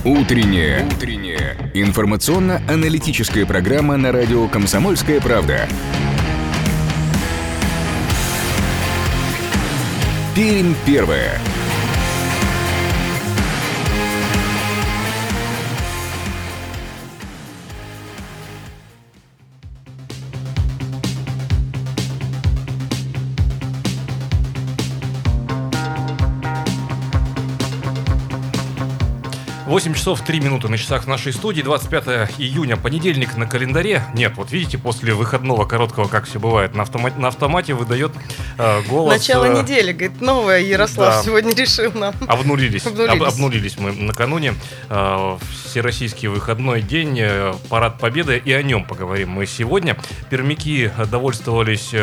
Утренняя информационно-аналитическая программа на радио «Комсомольская правда». Пермь первая. Восемь часов 3 минуты на часах в нашей студии, 25 июня, понедельник на календаре. Нет, вот видите, после выходного короткого, как все бывает, на автомате выдает голос. Начало недели, говорит, новое Ярослав сегодня решил нам. Обнулились мы накануне. Всероссийский выходной день, парад Победы, и о нем поговорим мы сегодня. Пермяки довольствовались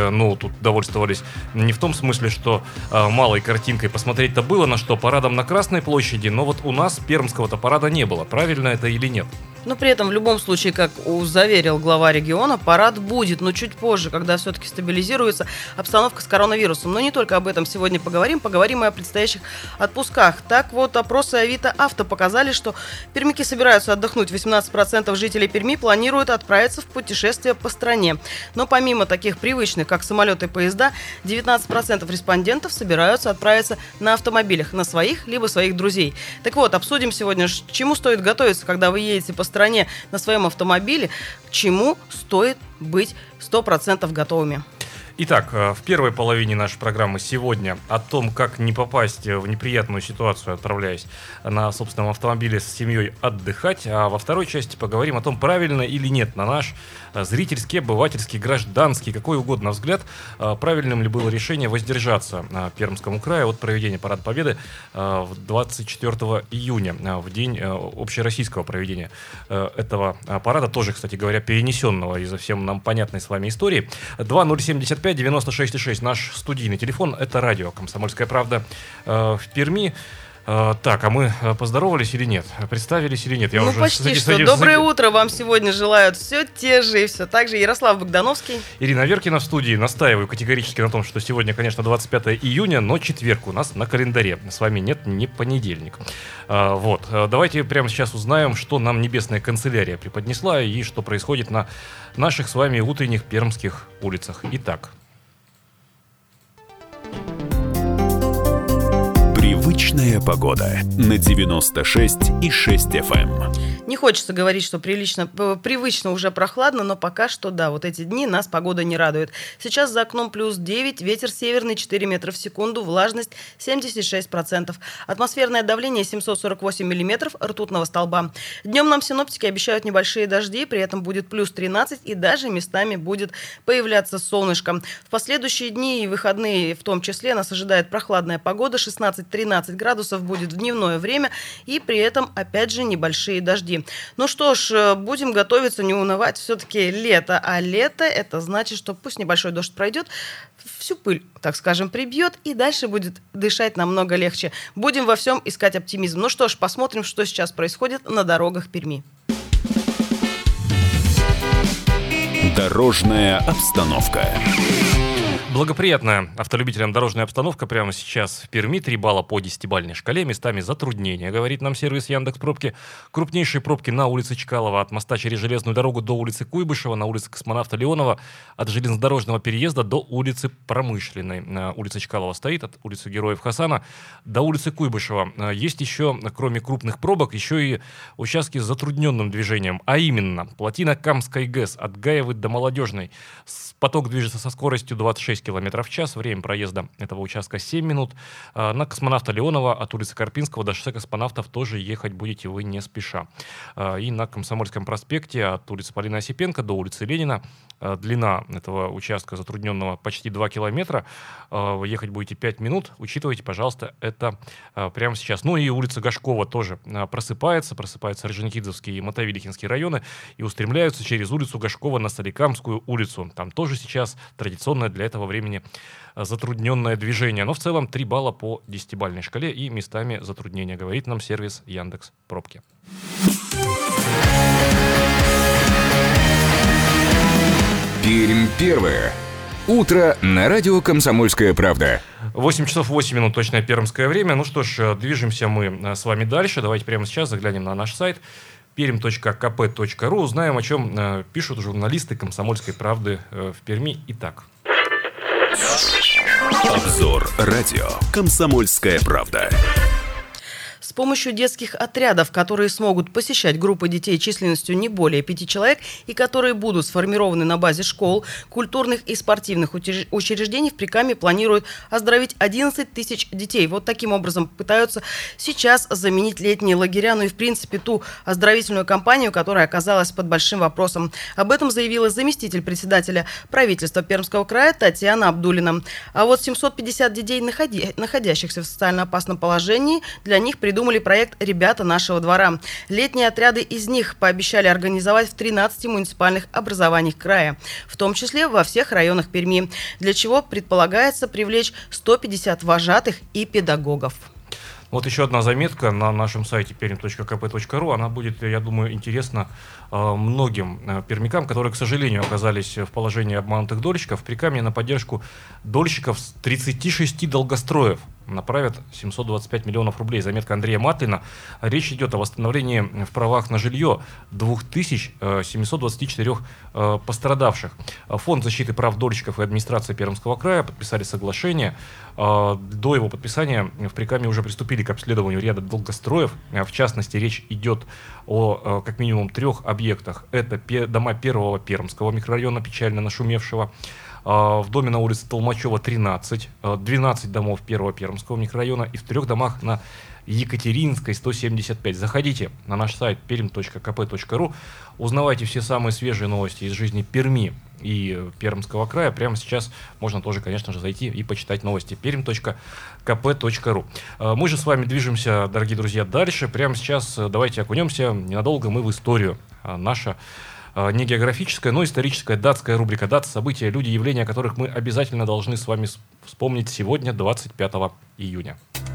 не в том смысле, что малой картинкой посмотреть-то было на что, парадом на Красной площади, но вот у нас пермского-то парада не было. Правильно это или нет? Но при этом, в любом случае, как заверил глава региона, парад будет, но чуть позже, когда все-таки стабилизируется обстановка с коронавирусом. Но не только об этом сегодня поговорим и о предстоящих отпусках. Так вот, опросы Авито Авто показали, что пермяки собираются отдохнуть. 18% жителей Перми планируют отправиться в путешествие по стране. Но помимо таких привычных, как самолеты и поезда, 19% респондентов собираются отправиться на автомобилях, на своих, либо своих друзей. Так вот, обсудим сегодня, к чему стоит готовиться, когда вы едете по стране на своем автомобиле, к чему стоит быть 100% готовыми. Итак, в первой половине нашей программы сегодня о том, как не попасть в неприятную ситуацию, отправляясь на собственном автомобиле с семьей отдыхать, а во второй части поговорим о том, правильно или нет, на наш зрительский, обывательский, гражданский, какой угодно взгляд, правильным ли было решение воздержаться Пермскому краю от проведения Парада Победы 24 июня, в день общероссийского проведения этого парада, тоже, кстати говоря, перенесенного из-за всем нам понятной с вами истории. 2075-96-6, наш студийный телефон, это радио «Комсомольская правда» в Перми. Так, а мы поздоровались или нет? Представились или нет? Почти что. Доброе утро вам сегодня желают все те же и все так же. Ярослав Богдановский. Ирина Веркина в студии. Настаиваю категорически на том, что сегодня, конечно, 25 июня, но четверг у нас на календаре. С вами нет, не понедельник. Давайте прямо сейчас узнаем, что нам небесная канцелярия преподнесла и что происходит на наших с вами утренних пермских улицах. Итак. Привычная погода на 96,6 FM. Не хочется говорить, что привычно уже прохладно, но пока что, да, вот эти дни нас погода не радует. Сейчас за окном плюс 9, ветер северный 4 метра в секунду, влажность 76%. Атмосферное давление 748 миллиметров ртутного столба. Днем нам синоптики обещают небольшие дожди, при этом будет плюс 13 и даже местами будет появляться солнышко. В последующие дни и выходные в том числе нас ожидает прохладная погода, 16-13 градусов будет в дневное время и при этом опять же небольшие дожди. Ну что ж, будем готовиться, не унывать, все-таки лето. А лето, это значит, что пусть небольшой дождь пройдет, всю пыль, так скажем, прибьет, и дальше будет дышать намного легче. Будем во всем искать оптимизм. Ну что ж, посмотрим, что сейчас происходит на дорогах Перми. Дорожная обстановка. Благоприятная автолюбителям дорожная обстановка прямо сейчас в Перми. 3 балла по 10-бальной шкале. Местами затруднения, говорит нам сервис Яндекс.Пробки. Крупнейшие пробки на улице Чкалова от моста через железную дорогу до улицы Куйбышева, на улице Космонавта Леонова, от железнодорожного переезда до улицы Промышленной. Улица Чкалова стоит, от улицы Героев Хасана до улицы Куйбышева. Есть еще, кроме крупных пробок, еще и участки с затрудненным движением. А именно, плотина Камской ГЭС от Гаевы до Молодежной. Поток движется со скоростью 26 км в час. Время проезда этого участка 7 минут. На Космонавта Леонова от улицы Карпинского до шоссе Космонавтов тоже ехать будете вы не спеша. И на Комсомольском проспекте от улицы Полины Осипенко до улицы Ленина. Длина этого участка затрудненного почти 2 километра. Ехать будете 5 минут. Учитывайте, пожалуйста, это прямо сейчас. Ну и улица Гашкова тоже просыпается. Просыпаются Орджоникидзевские и Мотовилихинские районы и устремляются через улицу Гашкова на Соликамскую улицу. Там тоже сейчас традиционное для этого времени затрудненное движение. Но в целом 3 балла по 10-бальной шкале и местами затруднения, говорит нам сервис Яндекс.Пробки. Пермь первая. Утро на радио «Комсомольская правда». 8 часов 8 минут, точное пермское время. Ну что ж, движемся мы с вами дальше. Давайте прямо сейчас заглянем на наш сайт perm.kp.ru. Узнаем, о чем пишут журналисты «Комсомольской правды» в Перми. Итак. Обзор радио «Комсомольская правда». С помощью детских отрядов, которые смогут посещать группы детей численностью не более 5 человек и которые будут сформированы на базе школ, культурных и спортивных учреждений, в Прикамье планируют оздоровить 11 тысяч детей. Вот таким образом пытаются сейчас заменить летние лагеря, ну и в принципе ту оздоровительную кампанию, которая оказалась под большим вопросом. Об этом заявила заместитель председателя правительства Пермского края Татьяна Абдуллина. А вот 750 детей, находящихся в социально опасном положении, для них придумали проект «Ребята нашего двора». Летние отряды из них пообещали организовать в 13 муниципальных образованиях края, в том числе во всех районах Перми, для чего предполагается привлечь 150 вожатых и педагогов. Вот еще одна заметка на нашем сайте perm.kp.ru. Она будет, я думаю, интересна многим пермякам, которые, к сожалению, оказались в положении обманутых дольщиков. В Прикамье на поддержку дольщиков с 36 долгостроев направят 725 миллионов рублей. Заметка Андрея Матлина. Речь идет о восстановлении в правах на жилье 2724 пострадавших. Фонд защиты прав дольщиков и администрация Пермского края подписали соглашение. До его подписания в Прикамье уже приступили к обследованию ряда долгостроев. В частности, речь идет о как минимум 3 объектах. Это дома первого Пермского микрорайона, печально нашумевшего. В доме на улице Толмачева 13, 12 домов первого Пермского микрорайона и в 3 домах на Екатерининской 175. Заходите на наш сайт perm.kp.ru, узнавайте все самые свежие новости из жизни Перми и Пермского края. Прямо сейчас можно тоже, конечно же, зайти и почитать новости perm.kp.ru. Мы же с вами движемся, дорогие друзья, дальше. Прямо сейчас давайте окунемся ненадолго мы в историю. Наша не географическая, но историческая датская рубрика «Дат. События, люди, явления, о которых мы обязательно должны с вами вспомнить сегодня, 25 июня.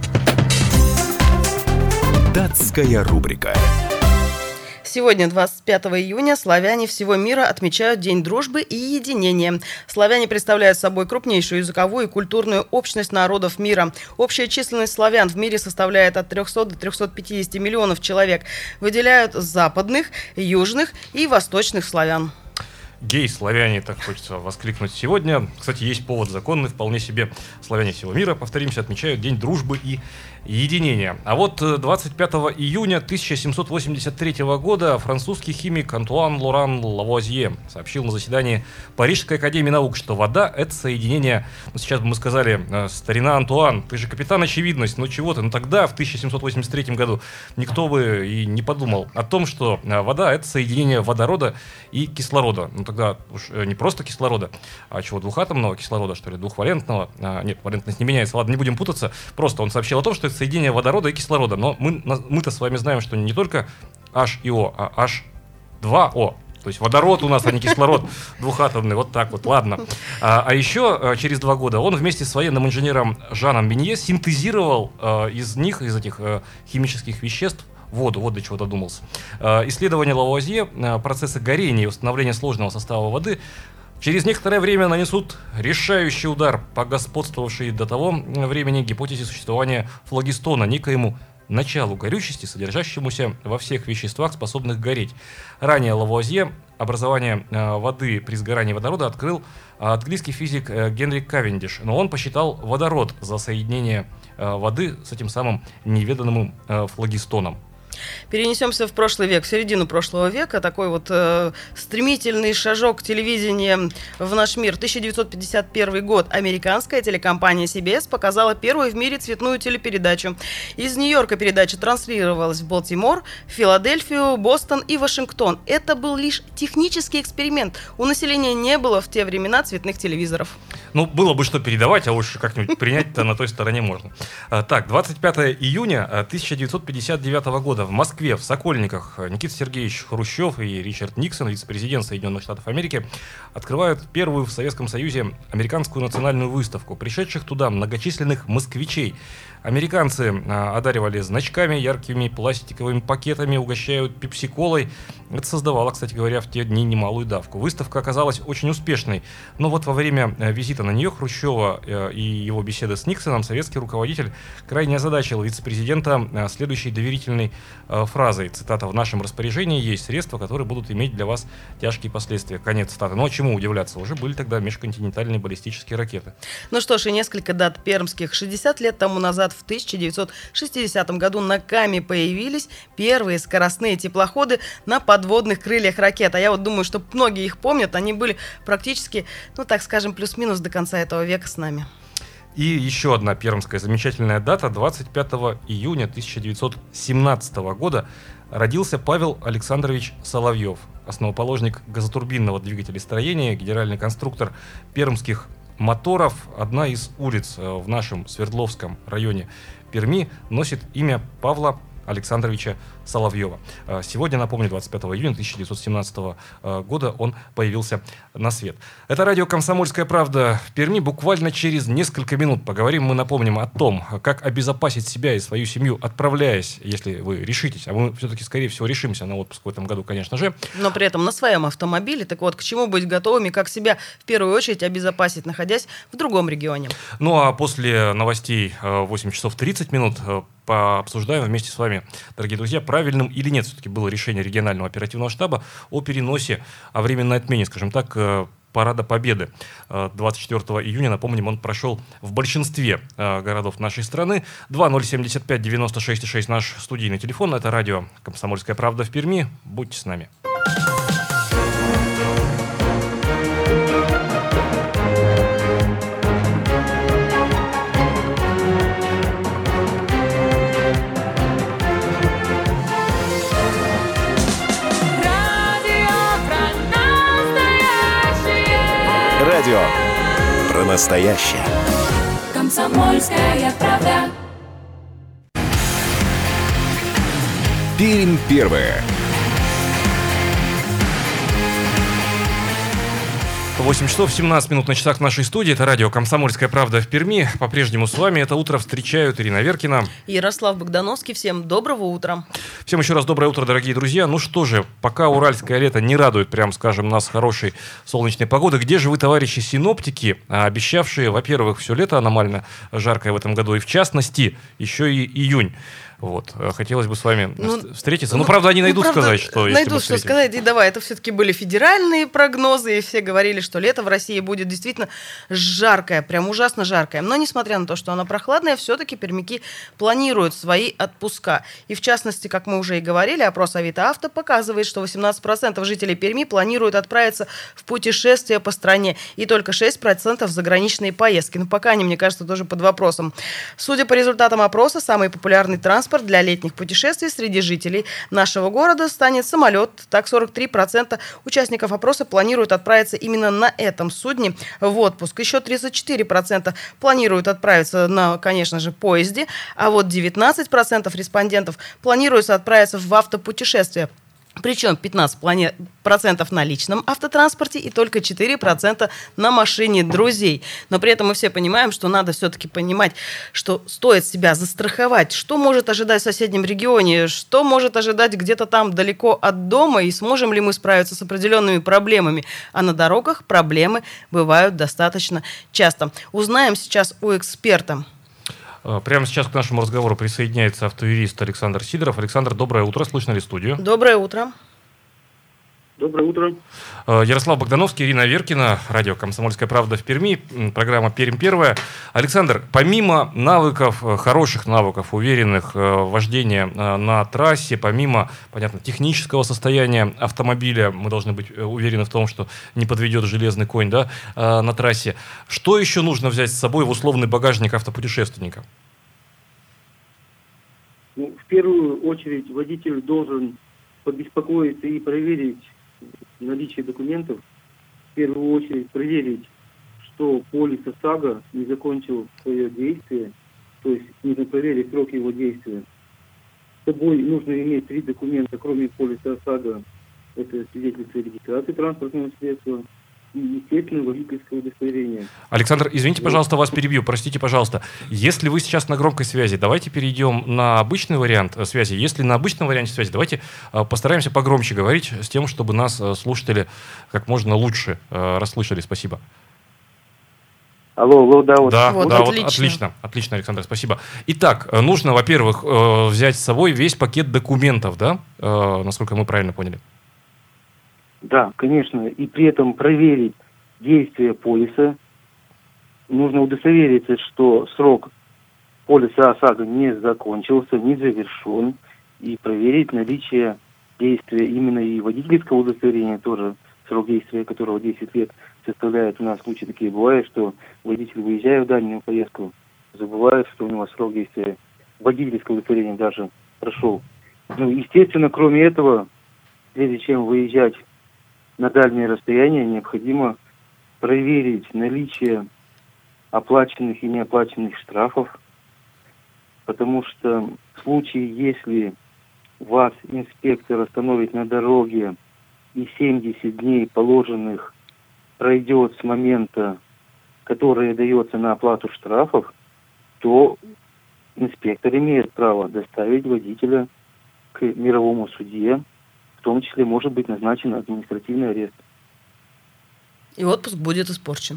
Датская рубрика. Сегодня, 25 июня, славяне всего мира отмечают День дружбы и единения. Славяне представляют собой крупнейшую языковую и культурную общность народов мира. Общая численность славян в мире составляет от 300 до 350 миллионов человек. Выделяют западных, южных и восточных славян. Гей-славяне, так хочется воскликнуть сегодня. Кстати, есть повод законный, вполне себе славяне всего мира, повторимся, отмечают День дружбы и единения. А вот 25 июня 1783 года французский химик Антуан Лоран Лавуазье сообщил на заседании Парижской академии наук, что вода – это соединение, сейчас бы мы сказали, старина Антуан, ты же капитан очевидность, ну чего ты, ну тогда, в 1783 году, никто бы и не подумал о том, что вода – это соединение водорода и кислорода. Ну тогда уж не просто кислорода, а чего, двухатомного кислорода, что ли, двухвалентного. Нет, валентность не меняется, ладно, не будем путаться. Просто он сообщил о том, что это соединение водорода и кислорода. Но мы-то с вами знаем, что не только H и O, а H2O. То есть водород у нас, а не кислород двухатомный. Вот так вот, ладно. А еще через 2 года он вместе с военным инженером Жаном Бенье синтезировал из этих химических веществ, воду, вот до чего додумался. Исследование Лавуазье процесса горения и установления сложного состава воды через некоторое время нанесут решающий удар по господствовавшей до того времени гипотезе существования флогистона, некоему началу горючести, содержащемуся во всех веществах, способных гореть. Ранее Лавуазье образование воды при сгорании водорода открыл английский физик Генри Кавендиш, но он посчитал водород за соединение воды с этим самым неведанным флогистоном. Перенесемся в прошлый век, в середину прошлого века. Такой вот стремительный шажок телевидения в наш мир. 1951 год. Американская телекомпания CBS показала первую в мире цветную телепередачу. Из Нью-Йорка передача транслировалась в Балтимор, Филадельфию, Бостон и Вашингтон. Это был лишь технический эксперимент. У населения не было в те времена цветных телевизоров. Ну, было бы что передавать, а уж как-нибудь принять-то на той стороне можно. Так, 25 июня 1959 года года в Москве, в Сокольниках, Никита Сергеевич Хрущев и Ричард Никсон, вице-президент Соединенных Штатов Америки, открывают первую в Советском Союзе американскую национальную выставку. Пришедших туда многочисленных москвичей американцы одаривали значками, яркими пластиковыми пакетами, угощают пепси-колой. Это создавало, кстати говоря, в те дни немалую давку. Выставка оказалась очень успешной, но вот во время визита на нее Хрущева и его беседы с Никсоном советский руководитель крайне озадачил вице-президента следующей доверительной фразой. Цитата: «В нашем распоряжении есть средства, которые будут иметь для вас тяжкие последствия». Конец цитаты. Ну а чему удивляться? Уже были тогда межконтинентальные баллистические ракеты. Ну что ж, и несколько дат пермских. 60 лет тому назад, в 1960 году, на Каме появились первые скоростные теплоходы на подводных крыльях ракет. А я вот думаю, что многие их помнят. Они были практически, ну так скажем, плюс-минус до конца этого века с нами. И еще одна пермская замечательная дата. 25 июня 1917 года родился Павел Александрович Соловьев, основоположник газотурбинного двигателестроения, генеральный конструктор пермских моторов. Одна из улиц в нашем Свердловском районе Перми носит имя Павла Александровича Соловьева. Сегодня, напомню, 25 июня 1917 года он появился на свет. Это радио «Комсомольская правда» в Перми. Буквально через несколько минут поговорим, мы напомним о том, как обезопасить себя и свою семью, отправляясь, если вы решитесь, а мы все-таки, скорее всего, решимся на отпуск в этом году, конечно же. Но при этом на своем автомобиле. Так вот, к чему быть готовыми, как себя в первую очередь обезопасить, находясь в другом регионе. Ну а после новостей 8 часов 30 минут пообсуждаем вместе с вами, дорогие друзья, правильным или нет все-таки было решение регионального оперативного штаба о переносе, о временной отмене, скажем так, Парада Победы. 24 июня, напомним, он прошел в большинстве городов нашей страны. 2075-96-6 наш студийный телефон. Это радио «Комсомольская правда» в Перми. Будьте с нами. Радио про настоящее. Комсомольская правда. Пермь первая. 8 часов 17 минут на часах в нашей студии. Это радио «Комсомольская правда» в Перми. По-прежнему с вами это утро встречают Ирина Веркина и Ярослав Богдановский. Всем доброго утра. Всем еще раз доброе утро, дорогие друзья. Ну что же, пока уральское лето не радует, прям скажем, нас хорошей солнечной погодой, где же вы, товарищи синоптики, обещавшие, во-первых, все лето аномально жаркое в этом году, и в частности, еще и июнь. Вот. Хотелось бы с вами встретиться. Ну, правда, они найдут сказать, что... Найдут, что сказать. И давай, это все-таки были федеральные прогнозы, и все говорили, что лето в России будет действительно жаркое, прям ужасно жаркое. Но, несмотря на то, что оно прохладное, все-таки пермяки планируют свои отпуска. И, в частности, как мы уже и говорили, опрос Авито Авто показывает, что 18% жителей Перми планируют отправиться в путешествие по стране, и только 6% в заграничные поездки. Но пока они, мне кажется, тоже под вопросом. Судя по результатам опроса, самый популярный транспорт для летних путешествий среди жителей нашего города станет самолет. Так, 43% участников опроса планируют отправиться именно на этом судне в отпуск. Еще 34% планируют отправиться на, конечно же, поезде. А вот 19% респондентов планируют отправиться в автопутешествие. Причем 15% на личном автотранспорте и только 4% на машине друзей. Но при этом мы все понимаем, что надо все-таки понимать, что стоит себя застраховать. Что может ожидать в соседнем регионе, что может ожидать где-то там далеко от дома, и сможем ли мы справиться с определенными проблемами. А на дорогах проблемы бывают достаточно часто. Узнаем сейчас у эксперта. Прямо сейчас к нашему разговору присоединяется автоюрист Александр Сидоров. Александр, доброе утро. Слышно ли студию? Доброе утро. Доброе утро. Ярослав Богдановский, Ирина Веркина, радио «Комсомольская правда» в Перми, программа «Пермь первая». Александр, помимо навыков, хороших навыков, уверенных вождения на трассе, помимо, понятно, технического состояния автомобиля, мы должны быть уверены в том, что не подведет железный конь, да, на трассе. Что еще нужно взять с собой в условный багажник автопутешественника? Ну, в первую очередь водитель должен побеспокоиться и проверить наличие документов. В первую очередь проверить, что полис ОСАГО не закончил свое действие, то есть не проверить срок его действия. С собой нужно иметь 3 документа, кроме полиса ОСАГО. Это свидетельство о регистрации транспортного средства и, естественно, водительское удостоверение. Александр, извините, пожалуйста, вас перебью, простите, пожалуйста. Если вы сейчас на громкой связи, давайте перейдем на обычный вариант связи. Если на обычном варианте связи, давайте постараемся погромче говорить с тем, чтобы нас слушатели как можно лучше расслышали. Спасибо. Алло, да, вот. Да, Вот, да, отлично. отлично, Александр, спасибо. Итак, нужно, во-первых, взять с собой весь пакет документов, да, насколько мы правильно поняли? Да, конечно. И при этом проверить действие полиса. Нужно удостовериться, что срок полиса ОСАГО не закончился, не завершен. И проверить наличие действия именно и водительского удостоверения, тоже срок действия которого 10 лет составляет. У нас случаи такие бывают, что водитель, выезжая в дальнюю поездку, забывает, что у него срок действия водительского удостоверения даже прошел. Ну, естественно, кроме этого, прежде чем выезжать на дальние расстояния, необходимо проверить наличие оплаченных и неоплаченных штрафов, потому что в случае, если вас инспектор остановит на дороге и 70 дней положенных пройдет с момента, которое дается на оплату штрафов, то инспектор имеет право доставить водителя к мировому судье, в том числе может быть назначен административный арест. И отпуск будет испорчен.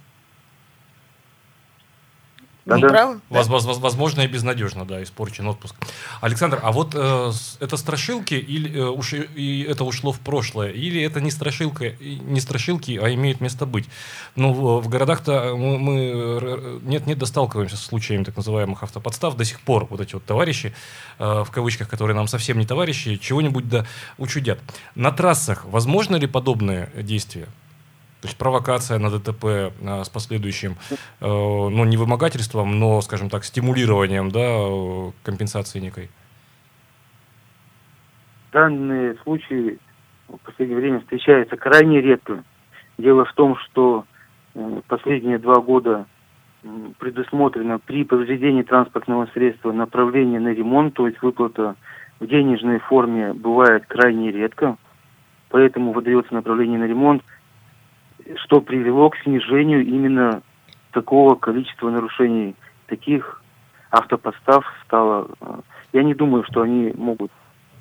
Да, Мы да. правы? Да. Возможно, и безнадежно, да, испорчен отпуск. Александр, а вот это страшилки или и это ушло в прошлое, или это не страшилки, а имеет место быть? Ну, в городах-то мы нет-нет, сталкиваемся с случаями так называемых автоподстав. До сих пор вот эти вот товарищи, в кавычках, которые нам совсем не товарищи, чего-нибудь да учудят. На трассах возможно ли подобные действия? То есть провокация на ДТП с последующим, ну, не вымогательством, но, скажем так, стимулированием, да, компенсации некой. Данные случаи в последнее время встречаются крайне редко. Дело в том, что последние 2 года предусмотрено при повреждении транспортного средства направление на ремонт, то есть выплата в денежной форме бывает крайне редко, поэтому выдается направление на ремонт, что привело к снижению именно такого количества нарушений. Таких автоподстав стало... Я не думаю, что они могут...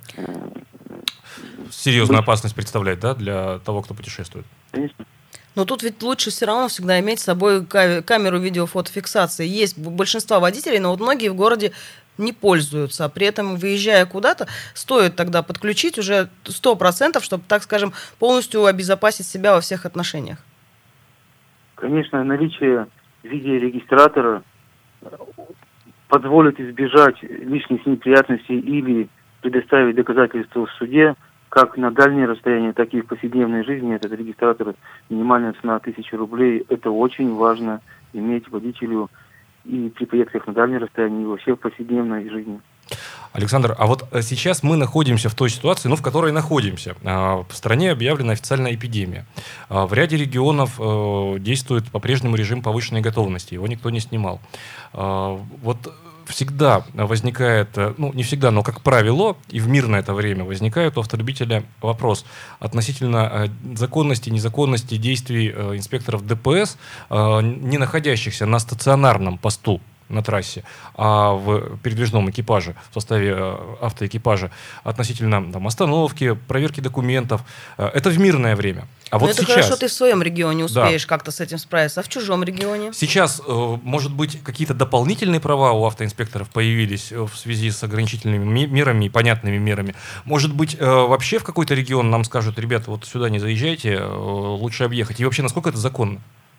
Серьезную опасность представлять, да, для того, кто путешествует? Конечно. Но тут ведь лучше все равно всегда иметь с собой камеру видеофотофиксации. Есть у большинства водителей, но вот многие в городе не пользуются. А при этом, выезжая куда-то, стоит тогда подключить уже 100%, чтобы, так скажем, полностью обезопасить себя во всех отношениях. Конечно, наличие видеорегистратора позволит избежать лишних неприятностей или предоставить доказательства в суде, как на дальние расстояния, так и в повседневной жизни. Этот регистратор, минимальная цена 1000 рублей. Это очень важно иметь водителю и при поездках на дальние расстояния, и вообще в повседневной жизни. Александр, а вот сейчас мы находимся в той ситуации, ну, в которой находимся. В стране объявлена официальная эпидемия. В ряде регионов действует по-прежнему режим повышенной готовности. Его никто не снимал. Вот всегда возникает, ну, не всегда, но, как правило, и в мирное это время возникает у автолюбителя вопрос относительно законности, незаконности действий инспекторов ДПС, не находящихся на стационарном посту на трассе, а в передвижном экипаже, в составе автоэкипажа, относительно там, остановки, проверки документов. Это в мирное время. А Но вот это сейчас, хорошо, ты в своем регионе успеешь как-то с этим справиться, а в чужом регионе? Сейчас, может быть, какие-то дополнительные права у автоинспекторов появились в связи с ограничительными мерами, понятными мерами. Может быть, вообще в какой-то регион нам скажут: ребята, вот сюда не заезжайте, лучше объехать. И вообще, насколько это законно?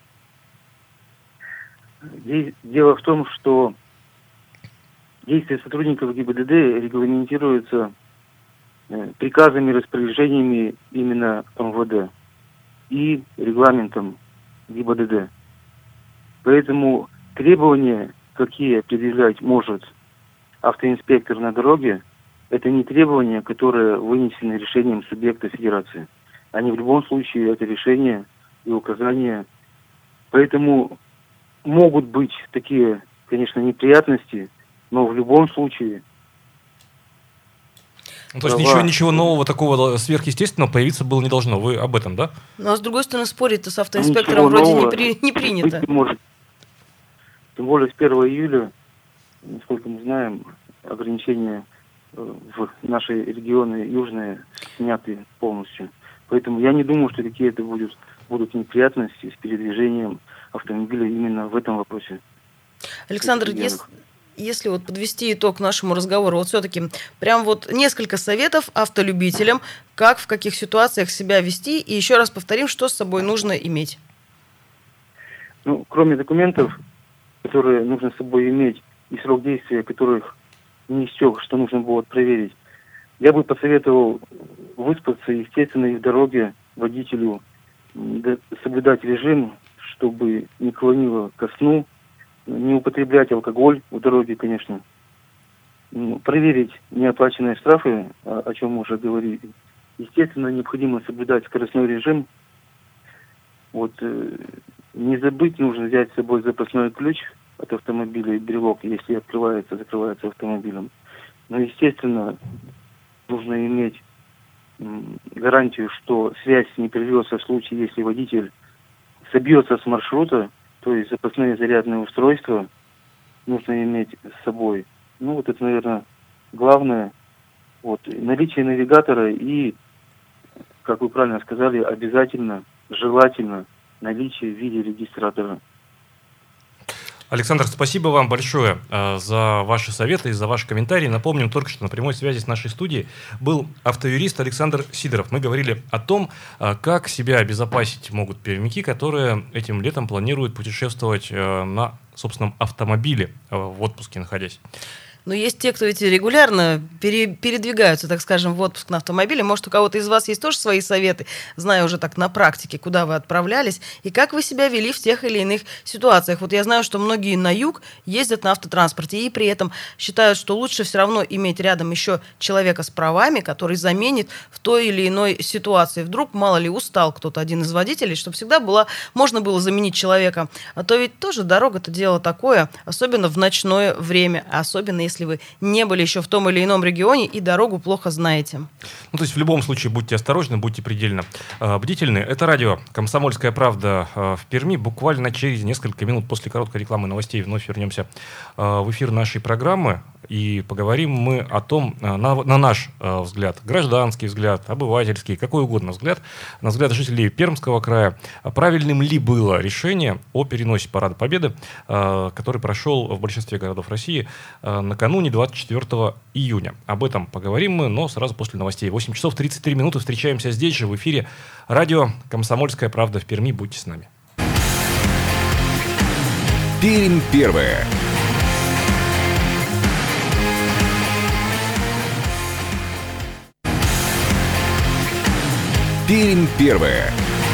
Дело в том, что действия сотрудников ГИБДД регламентируются приказами, распоряжениями именно МВД и регламентом ГИБДД. Поэтому требования, какие предъявлять может автоинспектор на дороге, это не требования, которые вынесены решением субъекта федерации. Они в любом случае это решение и указания. Поэтому могут быть такие, конечно, неприятности, но в любом случае То есть права. ничего нового такого сверхъестественного появиться было не должно. Вы об этом, да? Ну, а с другой стороны, спорить-то с автоинспектором Ничего вроде нового не принято. быть не может. Тем более с 1 июля, насколько мы знаем, ограничения в наши регионы южные сняты полностью. Поэтому я не думаю, что какие-то будут неприятности с передвижением автомобиля именно в этом вопросе. Александр, если вот подвести итог нашему разговору, вот все-таки прям вот несколько советов автолюбителям, как в каких ситуациях себя вести, и еще раз повторим, что с собой нужно иметь. Ну, кроме документов, которые нужно с собой иметь, и срок действия которых не истек, что нужно будет проверить, я бы посоветовал выспаться, естественно, и в дороге водителю соблюдать режим, чтобы не клонило ко сну, не употреблять алкоголь в дороге, конечно, проверить неоплаченные штрафы, о чем мы уже говорили. Естественно, необходимо соблюдать скоростной режим. Вот, не забыть, нужно взять с собой запасной ключ от автомобиля и брелок, если открывается, закрывается автомобилем. Но, естественно, нужно иметь гарантию, что связь не прервется в случае, если водитель собьется с маршрута, то есть запасные зарядные устройства нужно иметь с собой. Ну, вот это, наверное, главное. Вот, наличие навигатора и, как вы правильно сказали, обязательно, желательно наличие в виде регистратора. Александр, спасибо вам большое за ваши советы и за ваши комментарии. Напомним только, что на прямой связи с нашей студией был автоюрист Александр Сидоров. Мы говорили о том, как себя обезопасить могут пермяки, которые этим летом планируют путешествовать на собственном автомобиле в отпуске находясь. Но есть те, кто ведь регулярно передвигаются, так скажем, в отпуск на автомобиле. Может, у кого-то из вас есть тоже свои советы, зная уже так на практике, куда вы отправлялись, и как вы себя вели в тех или иных ситуациях. Вот я знаю, что многие на юг ездят на автотранспорте и при этом считают, что лучше все равно иметь рядом еще человека с правами, который заменит в той или иной ситуации. Вдруг, мало ли, устал кто-то, один из водителей, чтобы всегда можно было заменить человека. А то ведь тоже дорога-то дело такое, особенно в ночное время, особенно если вы не были еще в том или ином регионе и дорогу плохо знаете. Ну, то есть в любом случае будьте осторожны, будьте предельно бдительны. Это радио «Комсомольская правда» в Перми. Буквально через несколько минут после короткой рекламы новостей вновь вернемся в эфир нашей программы. И поговорим мы о том, на наш взгляд, гражданский взгляд, обывательский, какой угодно взгляд, на взгляд жителей Пермского края, правильным ли было решение о переносе Парада Победы, который прошел в большинстве городов России накануне 24 июня. Об этом поговорим мы, но сразу после новостей. 8 часов 33 минуты. Встречаемся здесь же, в эфире радио «Комсомольская правда» в Перми. Будьте с нами. Пермь первая. Пермь первая.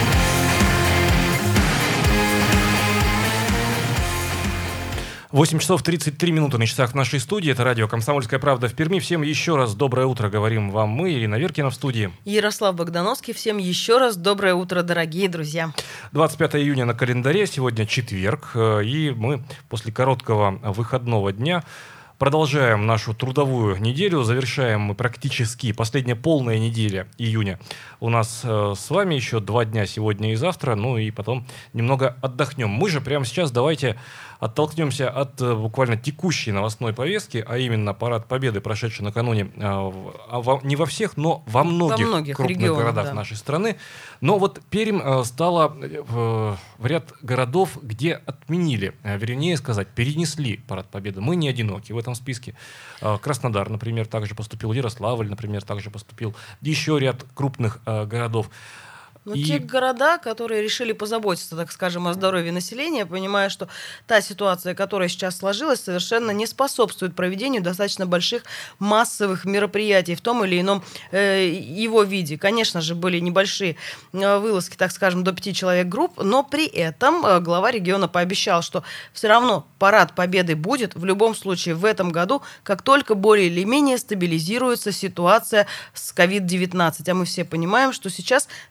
Восемь часов 33 минуты на часах в нашей студии. Это радио «Комсомольская правда» в Перми. Всем еще раз доброе утро говорим вам мы, Ирина Веркина в студии. Ярослав Богдановский. Всем еще раз доброе утро, дорогие друзья. 25 июня на календаре, сегодня четверг, и мы после короткого выходного дня продолжаем нашу трудовую неделю, завершаем мы практически последняя полная неделя июня. У нас с вами еще 2 дня сегодня и завтра, ну и потом немного отдохнем. Мы же прямо сейчас давайте оттолкнемся от буквально текущей новостной повестки, а именно Парад Победы, прошедший накануне не во всех, но во многих крупных регионах, городах да, нашей страны. Но вот Пермь стала в ряд городов, где отменили, вернее сказать, перенесли Парад Победы. Мы не одиноки в этом списке. Краснодар, например, также поступил, Ярославль, например, также поступил, еще ряд крупных городов. Но те города, которые решили позаботиться, так скажем, о здоровье населения, понимая, что та ситуация, которая сейчас сложилась, совершенно не способствует проведению достаточно больших массовых мероприятий в том или ином его виде. Конечно же, были небольшие вылазки, так скажем, до 5 человек групп, но при этом глава региона пообещал, что все равно Парад Победы будет в любом случае в этом году, как только более или менее стабилизируется ситуация с COVID-19. А мы все понимаем, что сейчас собираться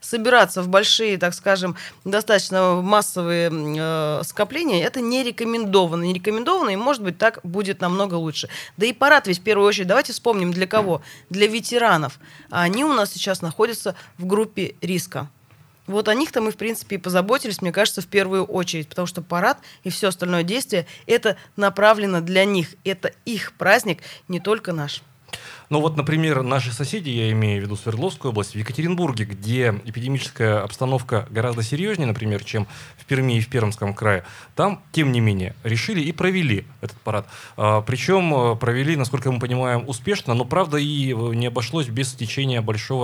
собираться в большие, так скажем, достаточно массовые скопления, это не рекомендовано. Не рекомендовано, и, может быть, так будет намного лучше. Да и парад ведь в первую очередь, давайте вспомним, для кого? Для ветеранов. А они у нас сейчас находятся в группе риска. Вот о них-то мы, в принципе, и позаботились, мне кажется, в первую очередь, потому что парад и все остальное действие, это направлено для них. Это их праздник, не только наш. Ну вот, например, наши соседи, я имею в виду Свердловскую область, в Екатеринбурге, где эпидемическая обстановка гораздо серьезнее, например, чем в Перми и в Пермском крае, там, тем не менее, решили и провели этот парад. Причем провели, насколько мы понимаем, успешно, но, правда, и не обошлось без стечения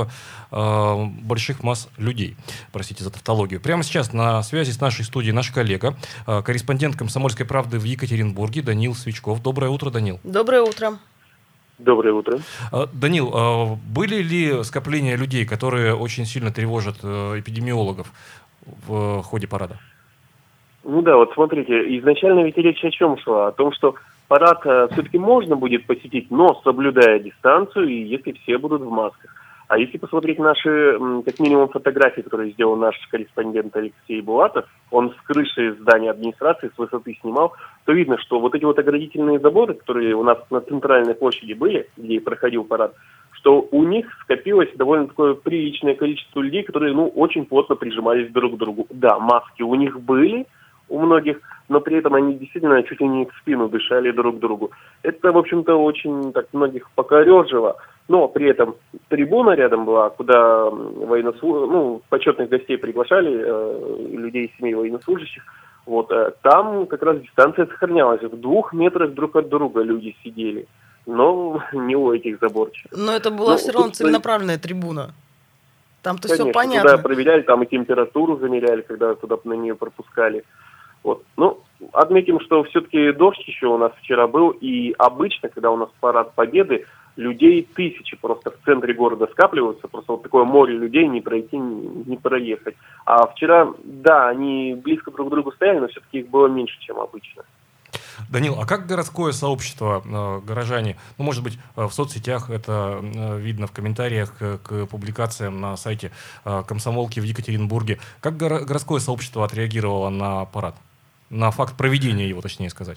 больших масс людей. Простите за тавтологию. Прямо сейчас на связи с нашей студией наш коллега, корреспондент «Комсомольской правды» в Екатеринбурге Даниил Свичков. Доброе утро, Данил. Доброе утро. Доброе утро. Данил, были ли скопления людей, которые очень сильно тревожат эпидемиологов в ходе парада? Ну да, вот смотрите, изначально ведь речь о чем шла? О том, что парад все-таки можно будет посетить, но соблюдая дистанцию и если все будут в масках. А если посмотреть наши, как минимум, фотографии, которые сделал наш корреспондент Алексей Булатов, он с крыши здания администрации, с высоты снимал, то видно, что вот эти вот оградительные заборы, которые у нас на центральной площади были, где и проходил парад, что у них скопилось довольно такое приличное количество людей, которые, очень плотно прижимались друг к другу. Да, маски у них были, у многих, но при этом они действительно чуть ли не в спину дышали друг другу. Это, в общем-то, очень так многих покорежило. Но при этом трибуна рядом была, куда почетных гостей приглашали, людей из семей военнослужащих. Вот, там как раз дистанция сохранялась. В 2 метрах друг от друга люди сидели. Но не у этих заборчиков. Но это была все равно целенаправленная трибуна. Там-то все понятно. Туда проверяли, там и температуру замеряли, когда туда на нее пропускали. Вот. Отметим, что все-таки дождь еще у нас вчера был, и обычно, когда у нас парад Победы, людей тысячи просто в центре города скапливаются, просто вот такое море людей, не пройти, не проехать. А вчера, да, они близко друг к другу стояли, но все-таки их было меньше, чем обычно. Данил, а как городское сообщество, горожане, может быть, в соцсетях это видно в комментариях к публикациям на сайте комсомолки в Екатеринбурге, как городское сообщество отреагировало на парад? На факт проведения его, точнее сказать.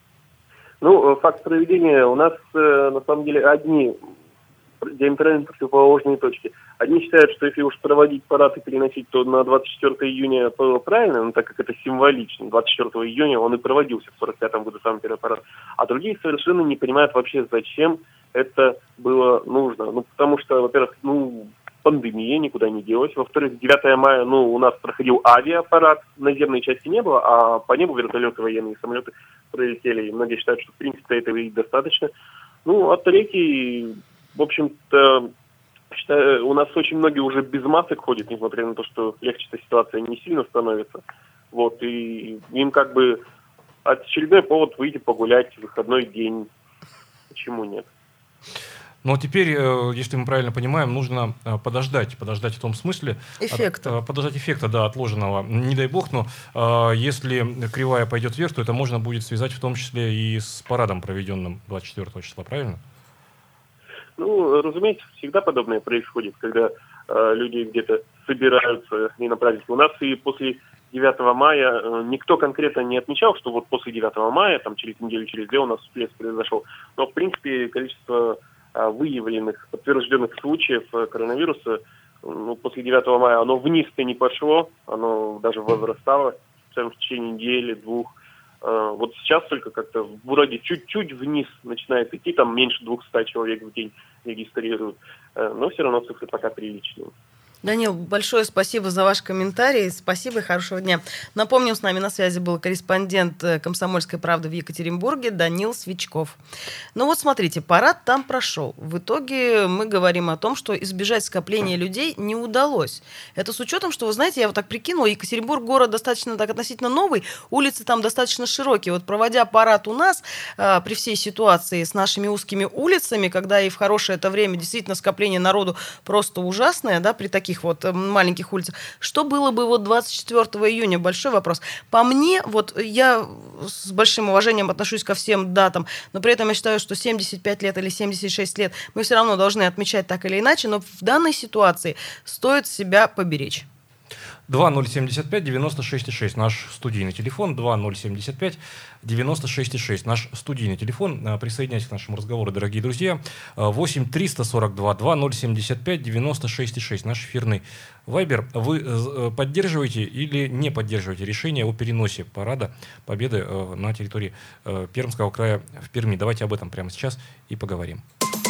Факт проведения у нас, на самом деле, одни диаметрально противоположные точки. Одни считают, что если уж проводить парад и переносить, то на 24 июня было правильно, так как это символично. 24 июня он и проводился в 1945 году, сам первый парад. А другие совершенно не понимают вообще, зачем это было нужно. Потому что, во-первых, пандемия никуда не делась. Во-вторых, 9 мая, у нас проходил авиапарад, наземной части не было, а по небу вертолеты, военные самолеты пролетели. И многие считают, что в принципе этого и достаточно. А третий, в общем-то, у нас очень многие уже без масок ходят, несмотря на то, что легче-то ситуация не сильно становится. Вот, и им как бы очередной повод выйти погулять в выходной день. Почему нет? Но теперь, если мы правильно понимаем, нужно подождать в том смысле... Эффекта. Подождать эффекта, да, отложенного. Не дай бог, но если кривая пойдет вверх, то это можно будет связать в том числе и с парадом, проведенным 24 числа, правильно? Разумеется, всегда подобное происходит, когда люди где-то собираются и на праздник. У нас и после 9 мая никто конкретно не отмечал, что вот после 9 мая, там через неделю, через 2 у нас всплеск произошел. Но, в принципе, количество выявленных, подтвержденных случаев коронавируса после 9 мая, оно вниз-то не пошло, оно даже возрастало в течение недели, 2. Вот сейчас только как-то вроде чуть-чуть вниз начинает идти, там меньше 200 человек в день регистрируют, но все равно цифры пока приличные. Данил, большое спасибо за ваш комментарий. Спасибо и хорошего дня. Напомню, с нами на связи был корреспондент «Комсомольской правды» в Екатеринбурге Данил Свичков. Смотрите, парад там прошел. В итоге мы говорим о том, что избежать скопления людей не удалось. Это с учетом, что, вы знаете, я вот так прикинула, Екатеринбург город достаточно так относительно новый, улицы там достаточно широкие. Вот проводя парад у нас, при всей ситуации с нашими узкими улицами, когда и в хорошее это время действительно скопление народу просто ужасное, да, при таких вот маленьких улицах. Что было бы 24 июня? Большой вопрос. По мне, я с большим уважением отношусь ко всем датам, но при этом я считаю, что 75 лет или 76 лет мы все равно должны отмечать так или иначе, но в данной ситуации стоит себя поберечь. 2075-96-6, наш студийный телефон, 2075-96-6, наш студийный телефон. Присоединяйтесь к нашему разговору, дорогие друзья. 8-342-2075-96-6, наш эфирный вайбер. Вы поддерживаете или не поддерживаете решение о переносе Парада Победы на территории Пермского края в Перми? Давайте об этом прямо сейчас и поговорим.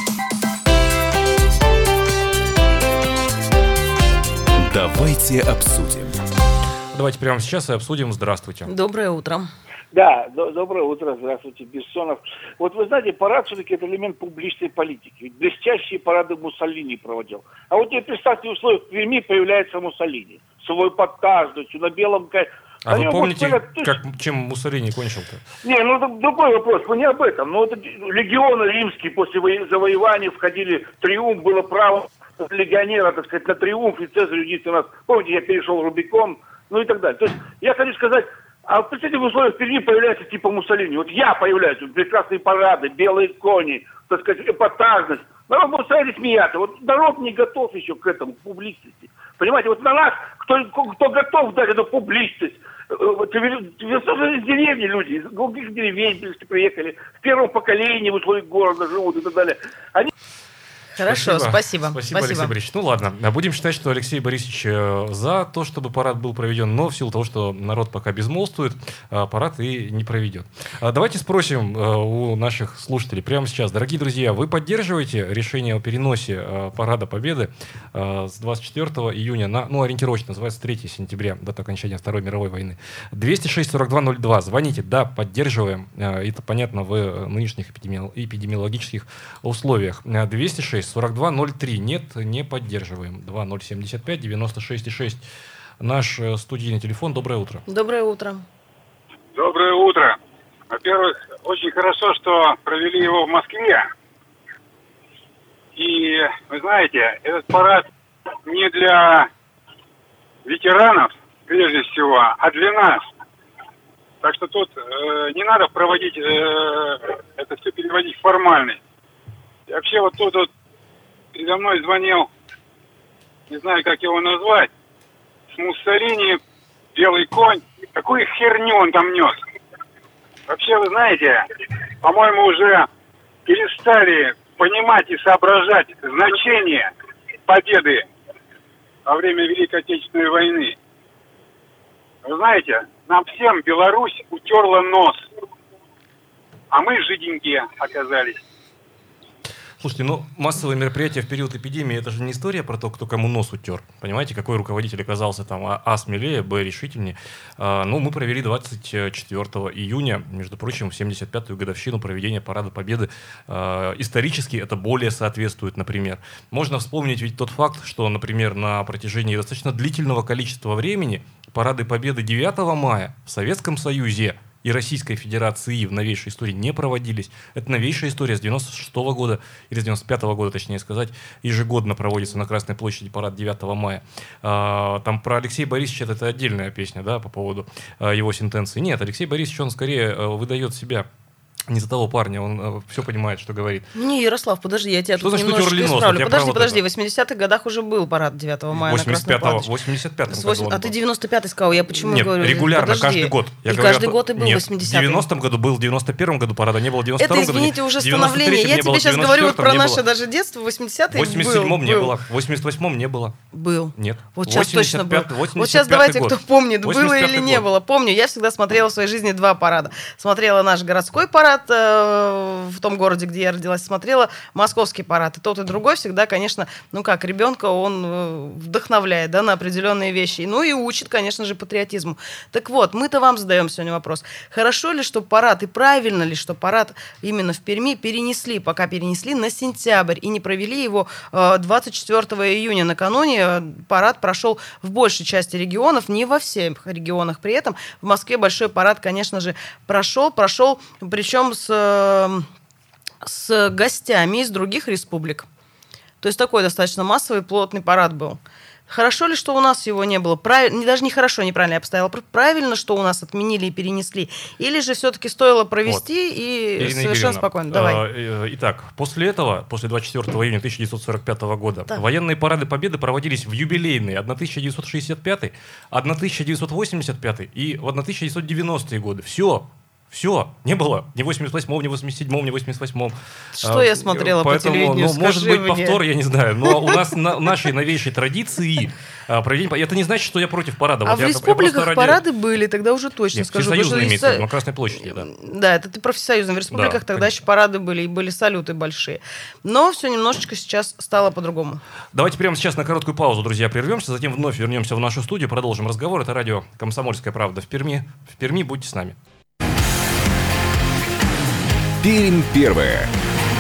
Давайте обсудим. Давайте прямо сейчас и обсудим. Здравствуйте. Доброе утро. Да, доброе утро, здравствуйте, Бессонов. Вот вы знаете, парад все-таки это элемент публичной политики. Ведь блестящие парады Муссолини проводил. А вот теперь представьте, в условиях Перми появляется Муссолини. С его эпатажностью, на белом... А вы помните, чем Муссолини кончил-то? Не, ну это другой вопрос, мы не об этом. Но это легионы римские после завоевания входили, триумф, было право легионера, так сказать, на триумф, и Цезарь единственный раз. Помните, я перешел Рубикон, ну и так далее. То есть я хочу сказать, а представьте, в условиях Перми появляется типа Муссолини. Вот я появляюсь, прекрасные парады, белые кони, так сказать, эпатажность. Народ будет стоять и смеяться. Вот народ не готов еще к этому, к публичности. Понимаете, вот на нас, кто готов дать эту публичность, из деревни люди, из других деревень приехали, в первом поколении в условиях города живут и так далее. Они... Хорошо, спасибо. Спасибо, Алексей Борисович. Ну ладно, будем считать, что Алексей Борисович за то, чтобы парад был проведен, но в силу того, что народ пока безмолвствует, парад и не проведет. Давайте спросим у наших слушателей прямо сейчас. Дорогие друзья, вы поддерживаете решение о переносе Парада Победы с 24 июня на, ориентировочно, называется 3 сентября, дата окончания Второй мировой войны. 206-42-02. Звоните, да, поддерживаем. Это понятно в нынешних эпидемиологических условиях. 206-42-03. Нет, не поддерживаем. 2075-96-6. Наш студийный телефон. Доброе утро. Доброе утро. Доброе утро. Во-первых, очень хорошо, что провели его в Москве. И, вы знаете, этот парад не для ветеранов, прежде всего, а для нас. Так что тут не надо проводить, это все переводить в формальность. И вообще вот тут вот передо мной звонил, не знаю, как его назвать, с Муссолини, белый конь. Какую херню он там нес. Вообще, вы знаете, по-моему, уже перестали понимать и соображать значение победы во время Великой Отечественной войны. Вы знаете, нам всем Беларусь утерла нос, а мы жиденькие оказались. Слушайте, массовые мероприятия в период эпидемии — это же не история про то, кто кому нос утер. Понимаете, какой руководитель оказался там смелее, смелее. Мы провели 24 июня, между прочим, в 75-ю годовщину проведения Парада Победы. Исторически это более соответствует, например. Можно вспомнить ведь тот факт, что, например, на протяжении достаточно длительного количества времени Парады Победы 9 мая в Советском Союзе и Российской Федерации в новейшей истории не проводились. Это новейшая история с 96-го года, или с 95-го года, точнее сказать, ежегодно проводится на Красной площади парад 9 мая. Там про Алексея Борисовича это отдельная песня, да, по поводу его сентенции. Нет, Алексей Борисович, он скорее выдает себя не за того парня, он все понимает, что говорит. Не, Ярослав, подожди, я тебя что тут немножечко исправлю. Подожди, в 80-х годах уже был парад 9 мая на Красной площади. В 85-м году. А ты 95-й сказал, я почему говорю? Нет, регулярно, каждый год. Каждый год и был 80-й. В 90-м году был, в 91-м году парада не было, в 92-м году. Это, извините, уже становление. Я тебе сейчас говорю про наше даже детство, в 80-е был. В 87-м не было, в 88-м не было. Был. Нет. Вот сейчас точно был. Вот сейчас давайте, кто помнит, было или не было. Помню, я всегда смотрела в своей жизни 2 парада. Смотрела наш городской парад в том городе, где я родилась, смотрела московский парад. И тот, и другой всегда, конечно, ребенка он вдохновляет, да, на определенные вещи. И учит, конечно же, патриотизму. Так вот, мы-то вам задаем сегодня вопрос. Хорошо ли, что парад, и правильно ли, что парад именно в Перми пока перенесли на сентябрь и не провели его 24 июня. Накануне парад прошел в большей части регионов, не во всех регионах. При этом в Москве большой парад, конечно же, прошел, причем с гостями из других республик. То есть такой достаточно массовый, плотный парад был. Хорошо ли, что у нас его не было? Даже не хорошо, неправильно я поставила. Правильно, что у нас отменили и перенесли? Или же все-таки стоило провести и Ирина совершенно Игоревна, спокойно? Давай. Итак, после этого, после 24 июня 1945 года, Так. военные парады Победы проводились в юбилейные 1965, 1985 и в 1990-е годы. Все, не было ни в 88-м, ни в 87-м, ни в 88-м. Что я смотрела по телевидению, может скажи быть, мне. повтор, я не знаю. Но у нас нашей новейшей традиции проведение... Это не значит, что я против парада. А Вот в я республиках просто ради- парады были, тогда уже точно Нет, скажу. всесоюзные потому что имеется в виду, на Красной площади, да. Да, это ты про всесоюзные. В республиках Да, тогда конечно. еще парады были, и были салюты большие. Но все немножечко сейчас стало по-другому. Давайте прямо сейчас на короткую паузу, друзья, прервемся, затем вновь вернемся в нашу студию, продолжим разговор. Это радио «Комсомольская правда» в Перми. В Перми будьте с нами. Пермь первая.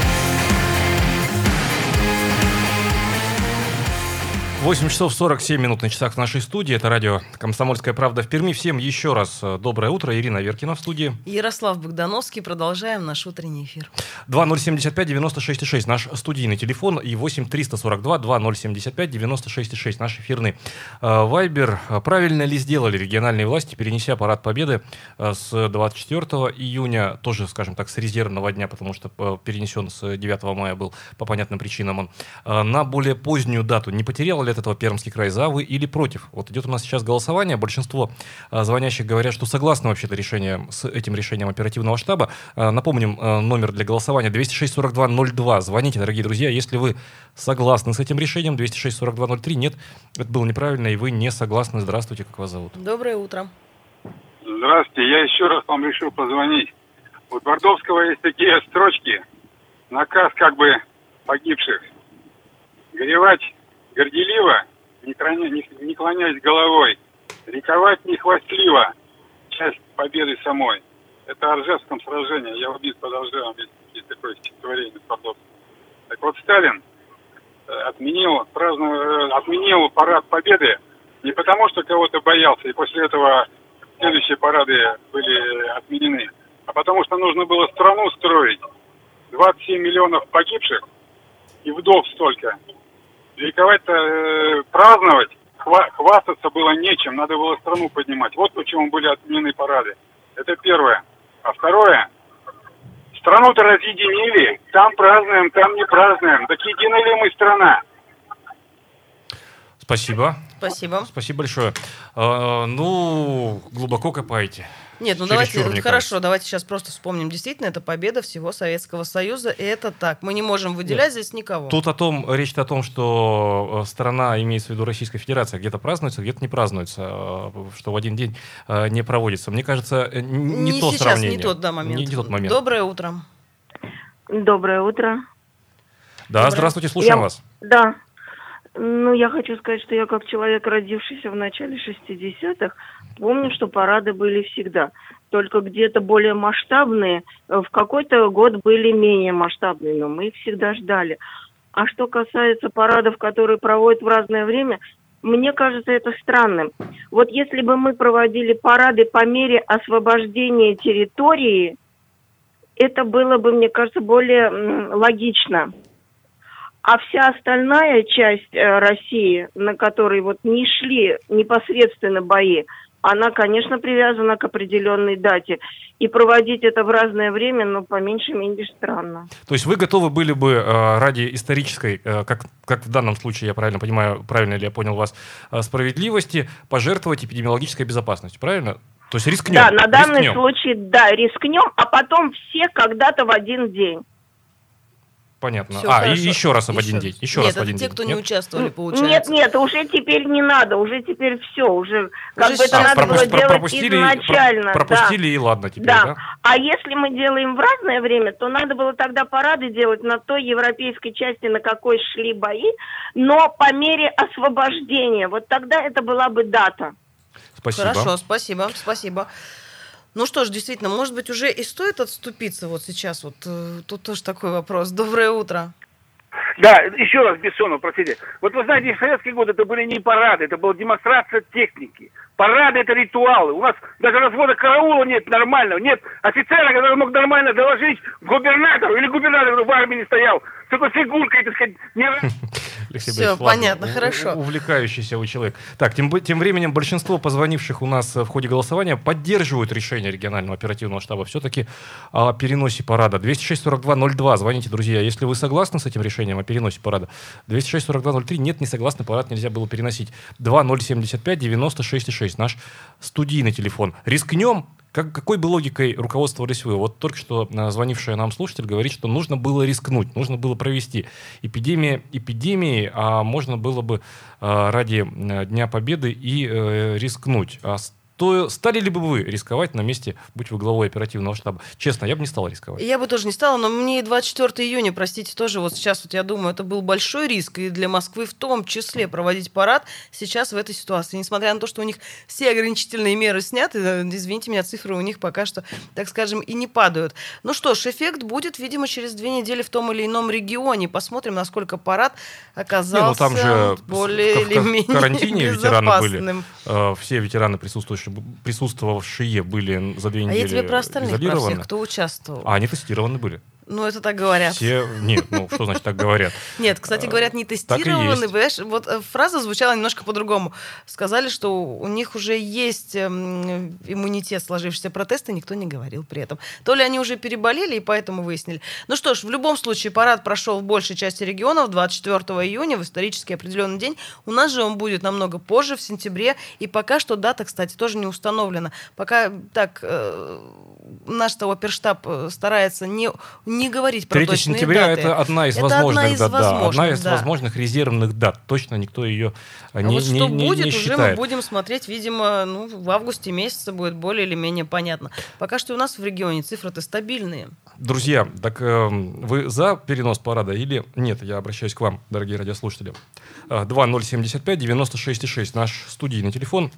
8 часов 47 минут на часах в нашей студии. Это радио «Комсомольская правда» в Перми. Всем еще раз доброе утро. Ирина Веркина в студии. Ярослав Богдановский. Продолжаем наш утренний эфир. 2075-96-6 наш студийный телефон и 8-342-2075-96-6 наш эфирный вайбер. Правильно ли сделали региональные власти, перенеся Парад Победы с 24 июня, тоже, скажем так, с резервного дня, потому что перенесен с 9 мая был по понятным причинам он, на более позднюю дату? Не потерял ли от этого Пермский край? За вы или против? Вот идет у нас сейчас голосование. Большинство звонящих говорят, что согласны вообще-то с этим решением оперативного штаба. Напомним, номер для голосования 206-42-02. Звоните, дорогие друзья, если вы согласны с этим решением. 206-42-03. Нет, это было неправильно, и вы не согласны. Здравствуйте, как вас зовут? Доброе утро. Здравствуйте, я еще раз вам решил позвонить. У Твардовского есть такие строчки. Наказ как бы погибших. Горевать горделиво, не клонясь головой. Ликовать не хвастливо. Часть победы самой. Это о Ржевском сражении. Я убит под Ржевом. Есть такое стихотворение Твардовского. Так вот, Сталин отменил парад Победы не потому, что кого-то боялся, и после этого следующие парады были отменены, а потому что нужно было страну строить. 27 миллионов погибших и вдов столько. Ликовать-то, праздновать, хвастаться было нечем, надо было страну поднимать. Вот почему были отменены парады. Это первое. А второе, страну-то разъединили, там празднуем, там не празднуем. Так едина ли мы страна? Спасибо. Спасибо. Спасибо большое. Глубоко копаете. Нет, Чересчур, мне хорошо, давайте сейчас просто вспомним. Действительно, это победа всего Советского Союза, и это так. Мы не можем выделять здесь никого. Тут речь о том, что страна, имеется в виду Российская Федерация, где-то празднуется, где-то не празднуется, что в один день не проводится. Мне кажется, не то сейчас, сравнение. не тот момент. Не тот момент. Доброе утро. Доброе утро. Да, здравствуйте, слушаем вас. Да. Я хочу сказать, что я как человек, родившийся в начале 60-х, помню, что парады были всегда. Только где-то более масштабные, в какой-то год были менее масштабные, но мы их всегда ждали. А что касается парадов, которые проводят в разное время, мне кажется это странным. Вот если бы мы проводили парады по мере освобождения территории, это было бы, мне кажется, более логично. А вся остальная часть России, на которой не шли непосредственно бои, она, конечно, привязана к определенной дате. И проводить это в разное время, по меньшей мере, странно. То есть вы готовы были бы ради исторической, как в данном случае, я правильно понимаю, правильно ли я понял вас, справедливости, пожертвовать эпидемиологической безопасностью, правильно? То есть рискнем? Да, на данный случай, да, рискнем, а потом все когда-то в один день. Понятно. Хорошо. И еще раз в один день. Еще раз в один Нет, это те, день. кто не участвовали, получается. Нет, уже теперь не надо, уже теперь все, уже как бы это сейчас надо было делать пропустили, изначально. Пропустили, и ладно теперь, да? А если мы делаем в разное время, то надо было тогда парады делать на той европейской части, на какой шли бои, но по мере освобождения. Вот тогда это была бы дата. Спасибо. Хорошо, спасибо. Ну что ж, действительно, может быть, уже и стоит отступиться вот сейчас? Тут тоже такой вопрос. Доброе утро. Да, еще раз Бессонов, простите. Вот вы знаете, в советские годы это были не парады, это была демонстрация техники. Парады — это ритуалы. У нас даже развода караула нет нормального. Нет офицера, который мог нормально доложить губернатору или губернатору в армии не стоял. С такой фигуркой, так сказать, не... Алексей Все, Борисович, ладно, понятно, хорошо. Увлекающийся вы человек. Так, тем временем большинство позвонивших у нас в ходе голосования поддерживают решение регионального оперативного штаба все-таки о переносе парада. 206-42-02. Звоните, друзья, если вы согласны с этим решением о переносе парада. 206-42-03. Нет, не согласны, парад нельзя было переносить. 2075-96-6. Наш студийный телефон. Рискнем? Какой бы логикой руководствовались вы? Вот только что звонившая нам слушатель говорит, что нужно было рискнуть, нужно было провести эпидемии, а можно было бы ради Дня Победы и рискнуть. Стали ли бы вы рисковать на месте, будь вы главой оперативного штаба? Честно, я бы не стал рисковать. Я бы тоже не стала, но мне и 24 июня, простите, тоже вот сейчас вот я думаю, это был большой риск и для Москвы в том числе проводить парад сейчас в этой ситуации. Несмотря на то, что у них все ограничительные меры сняты, извините меня, цифры у них пока что, так скажем, и не падают. Ну что ж, эффект будет, видимо, через 2 недели в том или ином регионе. Посмотрим, насколько парад оказался там же более или менее в карантине ветераны были. безопасным. Все ветераны присутствовавшие были за 2 недели А я тебе про остальных, про изолированы. всех, кто участвовал. А они тестированы были. Ну, это так говорят. Нет, что значит так говорят? Нет, кстати, говорят, не тестированы. Понимаешь, вот фраза звучала немножко по-другому. Сказали, что у них уже есть иммунитет, сложившийся, про тесты никто не говорил при этом. То ли они уже переболели, и поэтому выяснили. Ну что ж, в любом случае, парад прошел в большей части регионов 24 июня, в исторически определенный день. У нас же он будет намного позже, в сентябре. И пока что дата, кстати, тоже не установлена. Пока так наш-то оперштаб старается не говорить про 3 точные сентября даты. это одна из возможных резервных дат. Точно никто ее не считает. Вот что будет, уже мы будем смотреть, видимо, в августе месяце будет более или менее понятно. Пока что у нас в регионе цифры-то стабильные. Друзья, так вы за перенос парада или нет? Я обращаюсь к вам, дорогие радиослушатели. 2075-96-6 наш студийный телефон.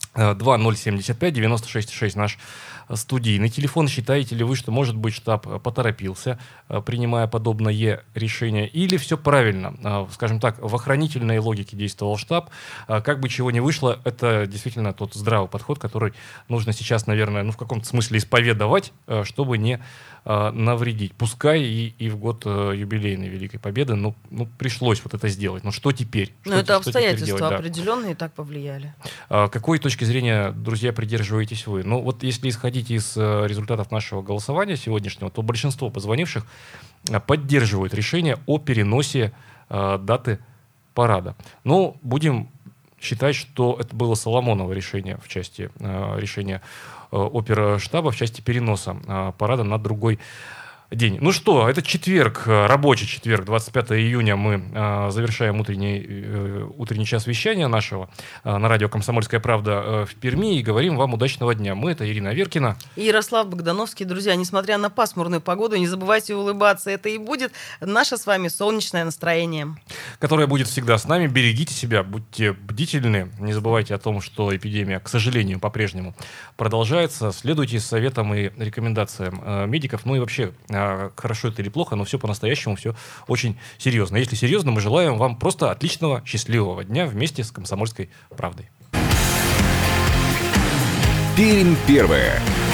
2075-96-6 наш студийный телефон. Считаете ли вы, что, может быть, штаб поторопился, принимая подобное решение, или все правильно? Скажем так, в охранительной логике действовал штаб. Как бы чего ни вышло, это действительно тот здравый подход, который нужно сейчас, наверное, в каком-то смысле исповедовать, чтобы не навредить. Пускай и в год юбилейной Великой Победы, пришлось вот это сделать. Но что теперь? Это обстоятельства определенные так повлияли. Какой точки зрения, друзья, придерживаетесь вы? Вот если исходить из результатов нашего голосования сегодняшнего, то большинство позвонивших поддерживают решение о переносе даты парада. Будем считать, что это было Соломоново решение в части решения оперштаба, в части переноса парада на другой день. Ну что, это четверг, рабочий четверг, 25 июня мы завершаем утренний час вещания нашего на радио «Комсомольская правда» в Перми и говорим вам удачного дня. Мы — это Ирина Веркина и Ярослав Богдановский. Друзья, несмотря на пасмурную погоду, не забывайте улыбаться. Это и будет наше с вами солнечное настроение, которое будет всегда с нами. Берегите себя, будьте бдительны. Не забывайте о том, что эпидемия, к сожалению, по-прежнему продолжается. Следуйте советам и рекомендациям медиков. И вообще, хорошо это или плохо, но все по-настоящему, все очень серьезно. Если серьезно, мы желаем вам просто отличного, счастливого дня вместе с «Комсомольской правдой». Пермь первая.